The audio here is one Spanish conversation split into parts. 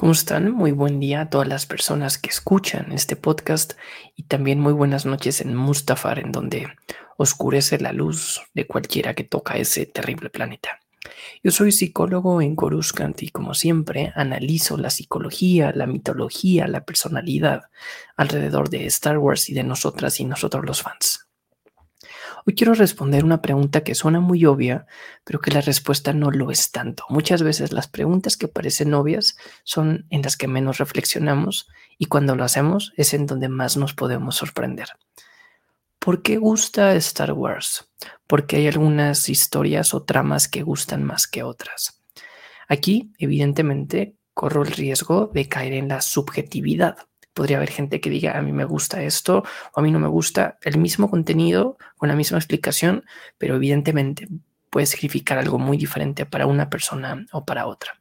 ¿Cómo están? Muy buen día a todas las personas que escuchan este podcast y también muy buenas noches en Mustafar, en donde oscurece la luz de cualquiera que toca ese terrible planeta. Yo soy psicólogo en Coruscant y como siempre analizo la psicología, la mitología, la personalidad alrededor de Star Wars y de nosotras y nosotros los fans. Hoy quiero responder una pregunta que suena muy obvia, pero que la respuesta no lo es tanto. Muchas veces las preguntas que parecen obvias son en las que menos reflexionamos y cuando lo hacemos es en donde más nos podemos sorprender. ¿Por qué gusta Star Wars? Porque hay algunas historias o tramas que gustan más que otras. Aquí, evidentemente, corro el riesgo de caer en la subjetividad. Podría haber gente que diga, a mí me gusta esto o a mí no me gusta el mismo contenido con la misma explicación, pero evidentemente puede significar algo muy diferente para una persona o para otra.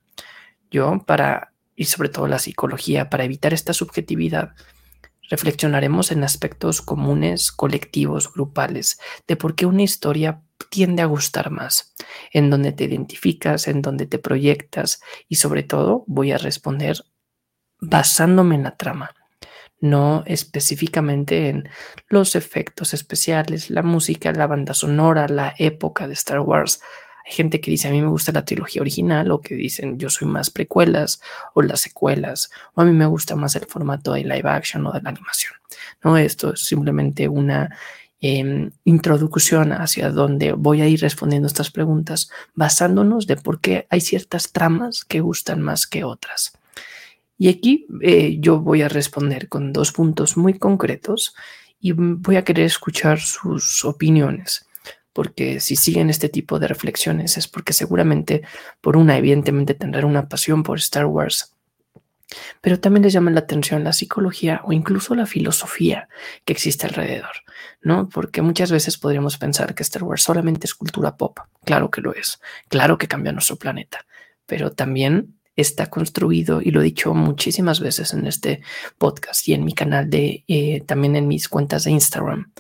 Y sobre todo la psicología, para evitar esta subjetividad, reflexionaremos en aspectos comunes, colectivos, grupales, de por qué una historia tiende a gustar más, en donde te identificas, en donde te proyectas y sobre todo voy a responder basándome en la trama, no específicamente en los efectos especiales, la música, la banda sonora, la época de Star Wars. Hay gente que dice a mí me gusta la trilogía original o que dicen yo soy más precuelas o las secuelas o a mí me gusta más el formato de live action o de la animación. No, esto es simplemente una introducción hacia donde voy a ir respondiendo estas preguntas basándonos de por qué hay ciertas tramas que gustan más que otras. Y aquí yo voy a responder con dos puntos muy concretos y voy a querer escuchar sus opiniones, porque si siguen este tipo de reflexiones es porque seguramente por una, evidentemente tendrán una pasión por Star Wars, pero también les llama la atención la psicología o incluso la filosofía que existe alrededor, ¿no? Porque muchas veces podríamos pensar que Star Wars solamente es cultura pop. Claro que lo es, claro que cambia nuestro planeta, pero también está construido, y lo he dicho muchísimas veces en este podcast y en mi canal también en mis cuentas de Instagram,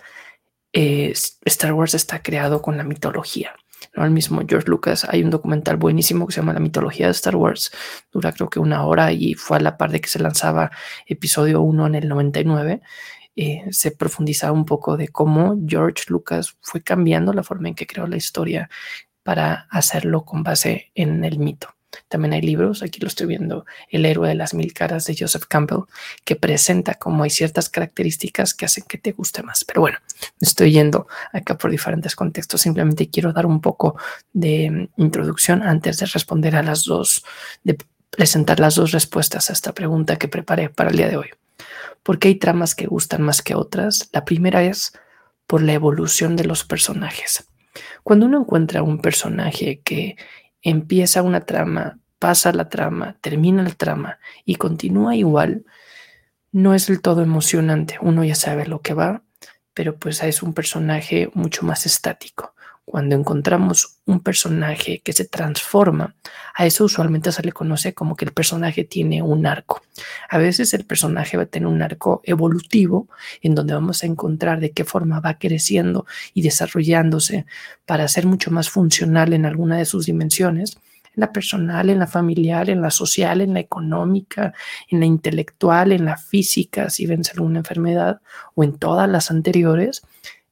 Star Wars está creado con la mitología. ¿No? El mismo George Lucas, hay un documental buenísimo que se llama La mitología de Star Wars, dura creo que una hora y fue a la par de que se lanzaba episodio 1 en el 99. Se profundizaba un poco de cómo George Lucas fue cambiando la forma en que creó la historia para hacerlo con base en el mito. También hay libros, aquí lo estoy viendo, El héroe de las mil caras de Joseph Campbell, que presenta cómo hay ciertas características que hacen que te guste más. Pero bueno, me estoy yendo acá por diferentes contextos. Simplemente quiero dar un poco de introducción antes de responder a las dos, de presentar las dos respuestas a esta pregunta que preparé para el día de hoy. ¿Por qué hay tramas que gustan más que otras? La primera es por la evolución de los personajes. Cuando uno encuentra un personaje que empieza una trama, pasa la trama, termina la trama y continúa igual, no es del todo emocionante. Uno ya sabe lo que va, pero pues es un personaje mucho más estático. Cuando encontramos un personaje que se transforma, a eso usualmente se le conoce como que el personaje tiene un arco. A veces el personaje va a tener un arco evolutivo en donde vamos a encontrar de qué forma va creciendo y desarrollándose para ser mucho más funcional en alguna de sus dimensiones, en la personal, en la familiar, en la social, en la económica, en la intelectual, en la física, si vence alguna enfermedad, o en todas las anteriores,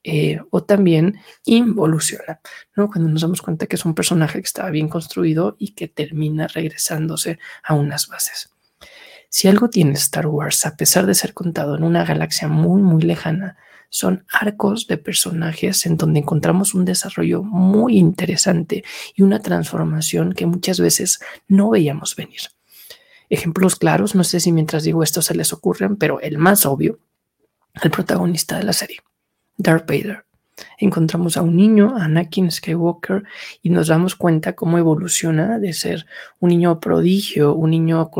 o también involuciona, ¿no? Cuando nos damos cuenta que es un personaje que estaba bien construido y que termina regresándose a unas bases. Si algo tiene Star Wars, a pesar de ser contado en una galaxia muy, muy lejana, son arcos de personajes en donde encontramos un desarrollo muy interesante y una transformación que muchas veces no veíamos venir. Ejemplos claros, no sé si mientras digo esto se les ocurren, pero el más obvio, el protagonista de la serie, Darth Vader. Encontramos a un niño, Anakin Skywalker, y nos damos cuenta cómo evoluciona de ser un niño prodigio, un niño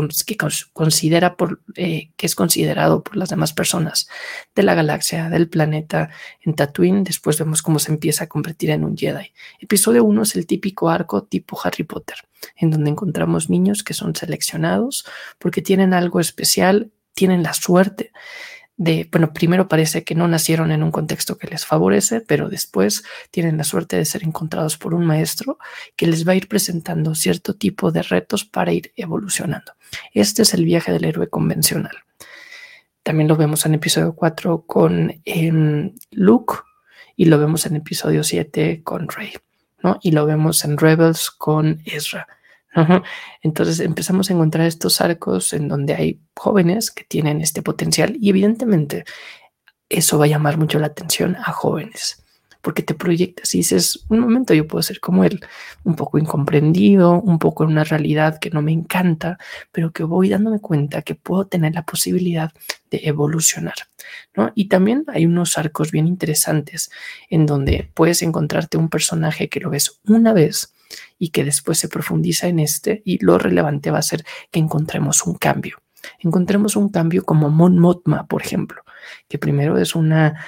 que es considerado por las demás personas de la galaxia, del planeta en Tatooine. Después vemos cómo se empieza a convertir en un Jedi. Episodio 1 es el típico arco tipo Harry Potter, en donde encontramos niños que son seleccionados porque tienen algo especial, tienen la suerte bueno, primero parece que no nacieron en un contexto que les favorece, pero después tienen la suerte de ser encontrados por un maestro que les va a ir presentando cierto tipo de retos para ir evolucionando. Este es el viaje del héroe convencional. También lo vemos en episodio 4 con Luke, y lo vemos en episodio 7 con Rey, ¿no? Y lo vemos en Rebels con Ezra. Entonces empezamos a encontrar estos arcos en donde hay jóvenes que tienen este potencial, y evidentemente eso va a llamar mucho la atención a jóvenes, porque te proyectas y dices, un momento, yo puedo ser como él, un poco incomprendido, un poco en una realidad que no me encanta, pero que voy dándome cuenta que puedo tener la posibilidad de evolucionar, ¿no? Y también hay unos arcos bien interesantes en donde puedes encontrarte un personaje que lo ves una vez y que después se profundiza en y lo relevante va a ser que encontremos un cambio. Encontremos un cambio como Mon Mothma, por ejemplo, que primero es una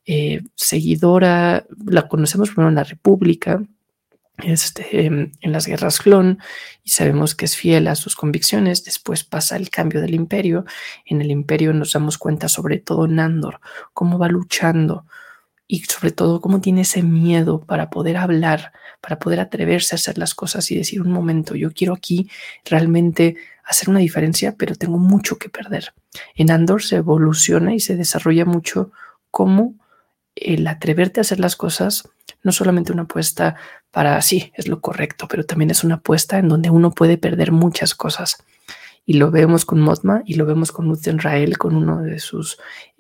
seguidora, la conocemos primero en la República, en las guerras clon, y sabemos que es fiel a sus convicciones. Después pasa el cambio del imperio. En el imperio nos damos cuenta, sobre todo en Andor, cómo va luchando y sobre todo cómo tiene ese miedo para poder hablar, para poder atreverse a hacer las cosas y decir, un momento, yo quiero aquí realmente hacer una diferencia, pero tengo mucho que perder. En Andor se evoluciona y se desarrolla mucho cómo el atreverte a hacer las cosas no solamente una apuesta para sí, es lo correcto, pero también es una apuesta en donde uno puede perder muchas cosas. Y lo vemos con Mothma y lo vemos con Uthen Rael, con uno de sus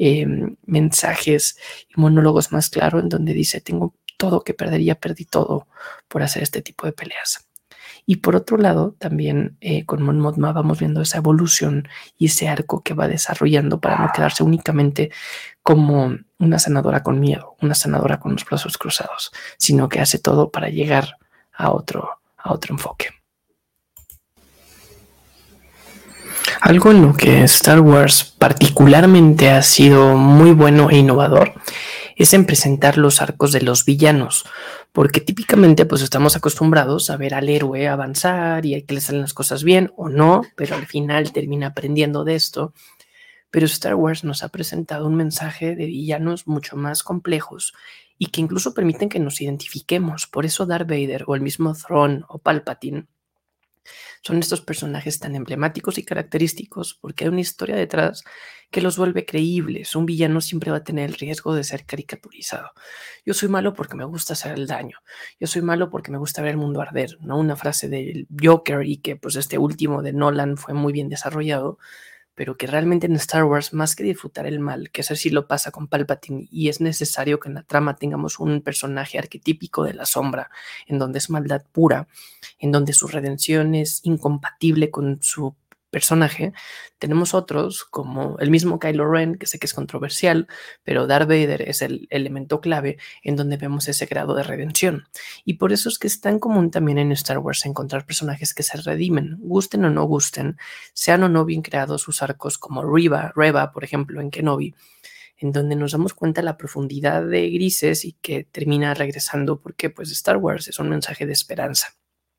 mensajes y monólogos más claros, en donde dice, tengo todo que perder, ya perdí todo por hacer este tipo de peleas. Y por otro lado, también con Mon Mothma vamos viendo esa evolución y ese arco que va desarrollando para no quedarse únicamente como una sanadora con miedo, una sanadora con los brazos cruzados, sino que hace todo para llegar a otro enfoque. Algo en lo que Star Wars particularmente ha sido muy bueno e innovador es en presentar los arcos de los villanos, porque típicamente pues estamos acostumbrados a ver al héroe avanzar y a que le salen las cosas bien o no, pero al final termina aprendiendo de esto. Pero Star Wars nos ha presentado un mensaje de villanos mucho más complejos y que incluso permiten que nos identifiquemos. Por eso Darth Vader o el mismo Thrawn o Palpatine son estos personajes tan emblemáticos y característicos porque hay una historia detrás que los vuelve creíbles. Un villano siempre va a tener el riesgo de ser caricaturizado. Yo soy malo porque me gusta hacer el daño. Yo soy malo porque me gusta ver el mundo arder, ¿no? Una frase del Joker, y que pues este último de Nolan fue muy bien desarrollado, pero que realmente en Star Wars, más que disfrutar el mal, que eso sí lo pasa con Palpatine, y es necesario que en la trama tengamos un personaje arquetípico de la sombra, en donde es maldad pura, en donde su redención es incompatible con su personaje. Tenemos otros como el mismo Kylo Ren, que sé que es controversial, pero Darth Vader es el elemento clave en donde vemos ese grado de redención. Y por eso es que es tan común también en Star Wars encontrar personajes que se redimen, gusten o no gusten, sean o no bien creados sus arcos, como Reva, por ejemplo, en Kenobi, en donde nos damos cuenta de la profundidad de grises y que termina regresando porque pues Star Wars es un mensaje de esperanza.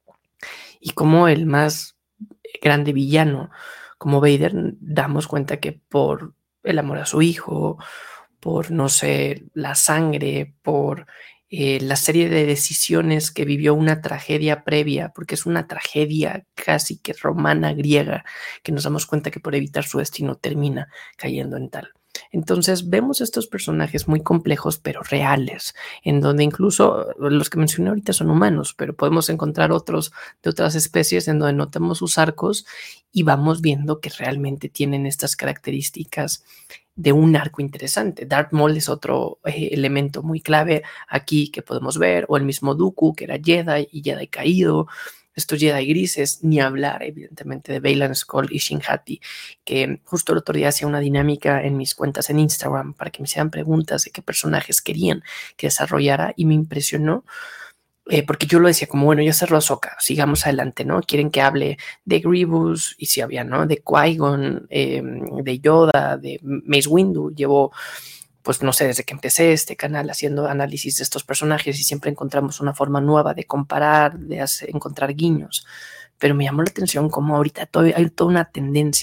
Y como el más grande villano, como Vader, damos cuenta que por el amor a su hijo, por, no sé, la sangre, por la serie de decisiones que vivió una tragedia previa, porque es una tragedia casi que romana, griega, que nos damos cuenta que por evitar su destino termina cayendo en tal. Entonces vemos estos personajes muy complejos pero reales, en donde incluso los que mencioné ahorita son humanos, pero podemos encontrar otros de otras especies en donde notamos sus arcos y vamos viendo que realmente tienen estas características de un arco interesante. Darth Maul es otro elemento muy clave aquí que podemos ver, o el mismo Dooku, que era Jedi y Jedi caído. Estos Jedi grises, ni hablar evidentemente de Baylan Skoll y Shin Hati, que justo el otro día hacía una dinámica en mis cuentas en Instagram para que me hicieran preguntas de qué personajes querían que desarrollara, y me impresionó. Porque yo lo decía como, bueno, ya cerró Ahsoka, sigamos adelante, ¿no? Quieren que hable de Grievous, y si había, ¿no? De Qui-Gon, de Yoda, de Mace Windu. Llevo, pues no sé, desde que empecé este canal haciendo análisis de estos personajes, y siempre encontramos una forma nueva de comparar, de encontrar guiños. Pero me llamó la atención como ahorita hay toda una tendencia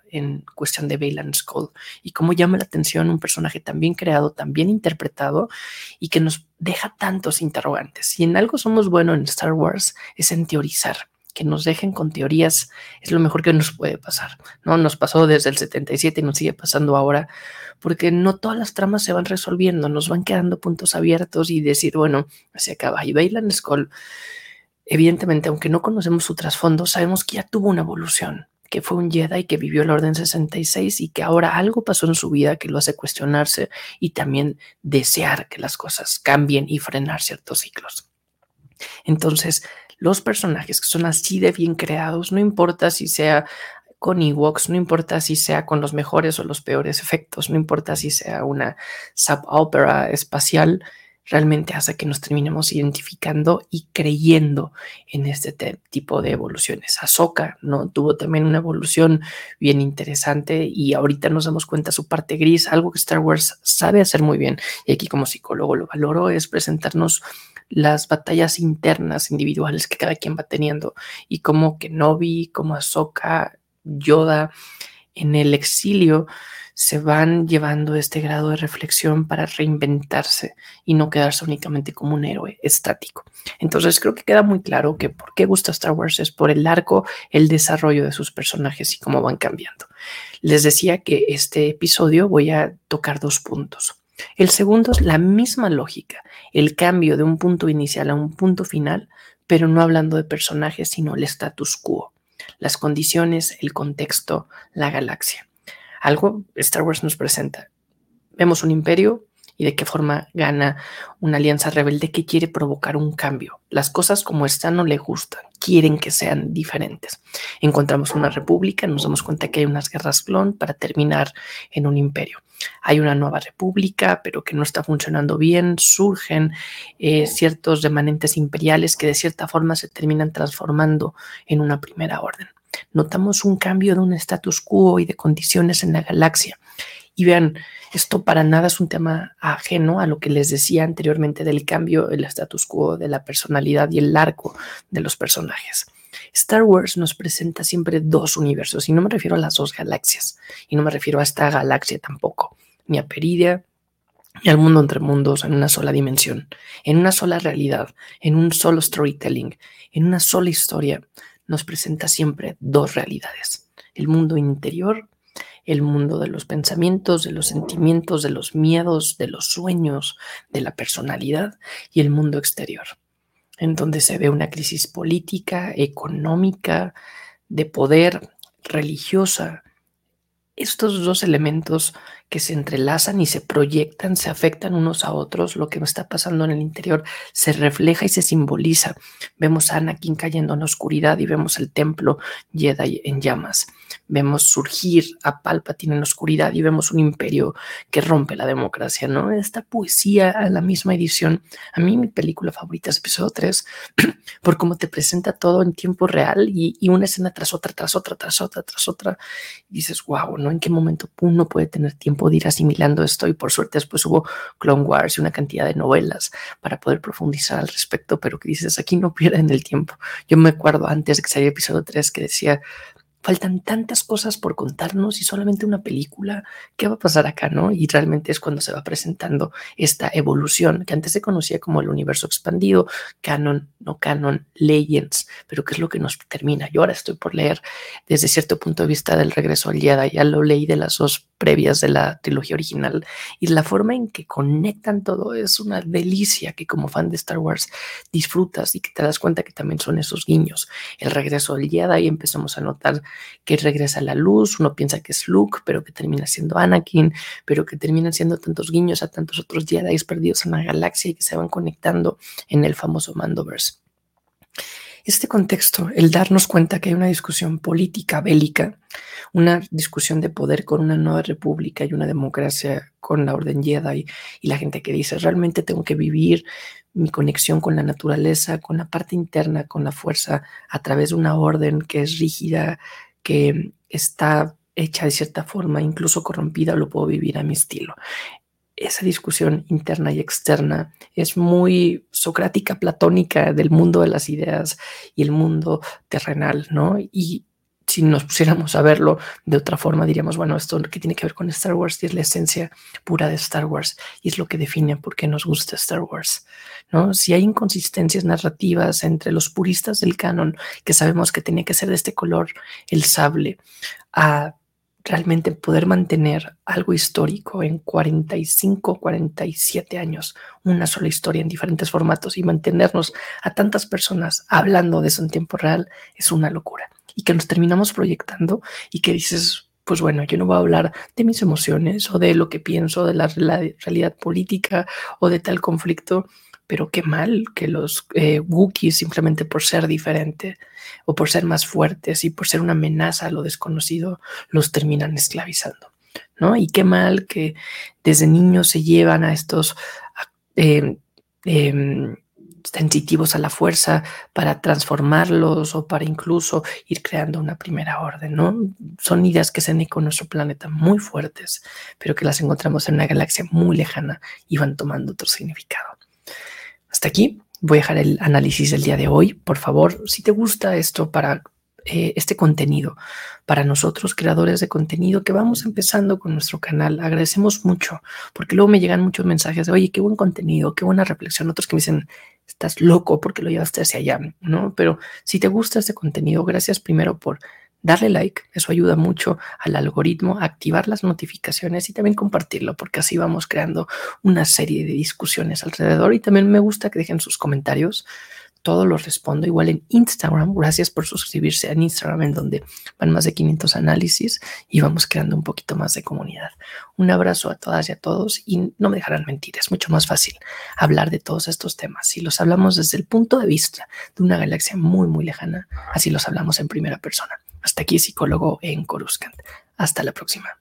en cuestión de Baylan Skoll y cómo llama la atención un personaje tan bien creado, tan bien interpretado y que nos deja tantos interrogantes. Si en algo somos buenos en Star Wars es en teorizar. Que nos dejen con teorías es lo mejor que nos puede pasar, ¿no? Nos pasó desde el 77 y nos sigue pasando ahora, porque no todas las tramas se van resolviendo, nos van quedando puntos abiertos y decir, bueno, se acaba. Y Baylan Skoll, evidentemente, aunque no conocemos su trasfondo, sabemos que ya tuvo una evolución, que fue un Jedi que vivió la Orden 66 y que ahora algo pasó en su vida que lo hace cuestionarse y también desear que las cosas cambien y frenar ciertos ciclos. Entonces, los personajes que son así de bien creados, no importa si sea con Ewoks, no importa si sea con los mejores o los peores efectos, no importa si sea una soap opera espacial, realmente hace que nos terminemos identificando y creyendo en este tipo de evoluciones. Ahsoka, ¿no? Tuvo también una evolución bien interesante y ahorita nos damos cuenta su parte gris, algo que Star Wars sabe hacer muy bien y aquí como psicólogo lo valoro, es presentarnos las batallas internas individuales que cada quien va teniendo y como Kenobi, como Ahsoka, Yoda en el exilio se van llevando este grado de reflexión para reinventarse y no quedarse únicamente como un héroe estático. Entonces creo que queda muy claro que por qué gusta Star Wars es por el arco, el desarrollo de sus personajes y cómo van cambiando. Les decía que este episodio voy a tocar 2 puntos. El segundo es la misma lógica, el cambio de un punto inicial a un punto final, pero no hablando de personajes, sino el status quo, las condiciones, el contexto, la galaxia. Algo Star Wars nos presenta. Vemos un imperio y de qué forma gana una alianza rebelde que quiere provocar un cambio. Las cosas como están no le gustan, quieren que sean diferentes. Encontramos una república, nos damos cuenta que hay unas guerras clon para terminar en un imperio. Hay una nueva república, pero que no está funcionando bien, surgen ciertos remanentes imperiales que de cierta forma se terminan transformando en una primera orden. Notamos un cambio de un status quo y de condiciones en la galaxia. Y vean, esto para nada es un tema ajeno a lo que les decía anteriormente del cambio, el status quo de la personalidad y el arco de los personajes. Star Wars nos presenta siempre 2 universos y no me refiero a las 2 galaxias y no me refiero a esta galaxia tampoco, ni a Peridia, ni al mundo entre mundos en una sola dimensión, en una sola realidad, en un solo storytelling, en una sola historia. Nos presenta siempre 2 realidades, el mundo interior, el mundo de los pensamientos, de los sentimientos, de los miedos, de los sueños, de la personalidad y el mundo exterior, en donde se ve una crisis política, económica, de poder, religiosa. Estos 2 elementos que se entrelazan y se proyectan, se afectan unos a otros, lo que está pasando en el interior se refleja y se simboliza. Vemos a Anakin cayendo en la oscuridad y vemos el templo Jedi en llamas. Vemos surgir a Palpatine en la oscuridad y vemos un imperio que rompe la democracia, ¿no? Esta poesía a la misma edición. A mí mi película favorita es Episodio 3 por cómo te presenta todo en tiempo real y una escena tras otra, tras otra, tras otra, tras otra. Y dices, wow, ¿no? ¿En qué momento uno puede tener tiempo de ir asimilando esto? Y por suerte después hubo Clone Wars y una cantidad de novelas para poder profundizar al respecto, pero que dices, aquí no pierden el tiempo. Yo me acuerdo antes de que saliera Episodio 3 que decía, faltan tantas cosas por contarnos y solamente una película, ¿qué va a pasar acá, no? Y realmente es cuando se va presentando esta evolución que antes se conocía como el universo expandido, canon, no canon, Legends, pero ¿qué es lo que nos termina? Yo ahora estoy por leer desde cierto punto de vista del Regreso al Jedi, ya lo leí de las 2 previas de la trilogía original y la forma en que conectan todo es una delicia que como fan de Star Wars disfrutas y que te das cuenta que también son esos guiños. El Regreso al Jedi empezamos a notar que regresa la luz, uno piensa que es Luke, pero que termina siendo Anakin, pero que terminan siendo tantos guiños a tantos otros Jedi perdidos en la galaxia y que se van conectando en el famoso Mandoverse. Este contexto, el darnos cuenta que hay una discusión política bélica, una discusión de poder con una nueva república y una democracia con la Orden Jedi y la gente que dice, realmente tengo que vivir mi conexión con la naturaleza, con la parte interna, con la fuerza, a través de una orden que es rígida, que está hecha de cierta forma, incluso corrompida, lo puedo vivir a mi estilo. Esa discusión interna y externa es muy socrática, platónica del mundo de las ideas y el mundo terrenal, ¿no? Y si nos pusiéramos a verlo de otra forma, diríamos, bueno, esto que tiene que ver con Star Wars y es la esencia pura de Star Wars y es lo que define por qué nos gusta Star Wars, ¿no? Si hay inconsistencias narrativas entre los puristas del canon, que sabemos que tenía que ser de este color el sable, a realmente poder mantener algo histórico en 45, 47 años, una sola historia en diferentes formatos y mantenernos a tantas personas hablando de eso en tiempo real, es una locura. Y que nos terminamos proyectando y que dices, pues bueno, yo no voy a hablar de mis emociones o de lo que pienso de la realidad política o de tal conflicto, pero qué mal que los Wookiees, simplemente por ser diferente o por ser más fuertes y por ser una amenaza a lo desconocido, los terminan esclavizando, ¿no? Y qué mal que desde niños se llevan a estos eh, eh, sensitivos a la fuerza para transformarlos o para incluso ir creando una primera orden, ¿no? Son ideas que se han con nuestro planeta muy fuertes, pero que las encontramos en una galaxia muy lejana y van tomando otro significado. Hasta aquí voy a dejar el análisis del día de hoy. Por favor, si te gusta esto para este contenido, para nosotros creadores de contenido que vamos empezando con nuestro canal, agradecemos mucho, porque luego me llegan muchos mensajes de, oye, qué buen contenido, qué buena reflexión. Otros que me dicen, estás loco porque lo llevaste hacia allá, ¿no? Pero si te gusta este contenido, gracias primero por darle like, eso ayuda mucho al algoritmo, a activar las notificaciones y también compartirlo, porque así vamos creando una serie de discusiones alrededor. Y también me gusta que dejen sus comentarios, todo lo respondo igual en Instagram. Gracias por suscribirse en Instagram, en donde van más de 500 análisis y vamos creando un poquito más de comunidad. Un abrazo a todas y a todos y no me dejarán mentir, es mucho más fácil hablar de todos estos temas si los hablamos desde el punto de vista de una galaxia muy, muy lejana, así los hablamos en primera persona. Hasta aquí, psicólogo en Coruscant. Hasta la próxima.